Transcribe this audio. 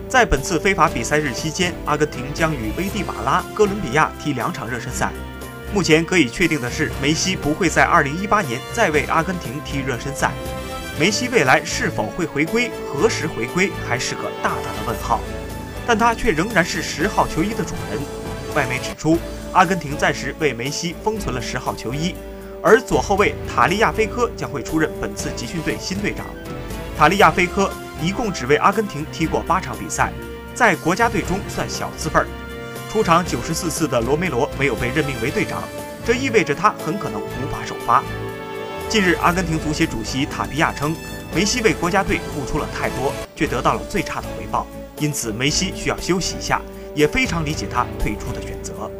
在本次非法比赛日期间，阿根廷将与危地马拉、哥伦比亚踢2场热身赛。目前可以确定的是，梅西不会在2018年再为阿根廷踢热身赛。梅西未来是否会回归，何时回归，还是个大大的问号。但他却仍然是10号球衣的主人。外媒指出，阿根廷暂时为梅西封存了10号球衣，而左后卫塔利亚菲科将会出任本次集训队新队长。塔利亚菲科一共只为阿根廷踢过8场比赛，在国家队中算小字辈儿。出场94次的罗梅罗没有被任命为队长，这意味着他很可能无法首发。近日，阿根廷足协主席塔皮亚称，梅西为国家队付出了太多，却得到了最差的回报，因此梅西需要休息一下，也非常理解他退出的选择。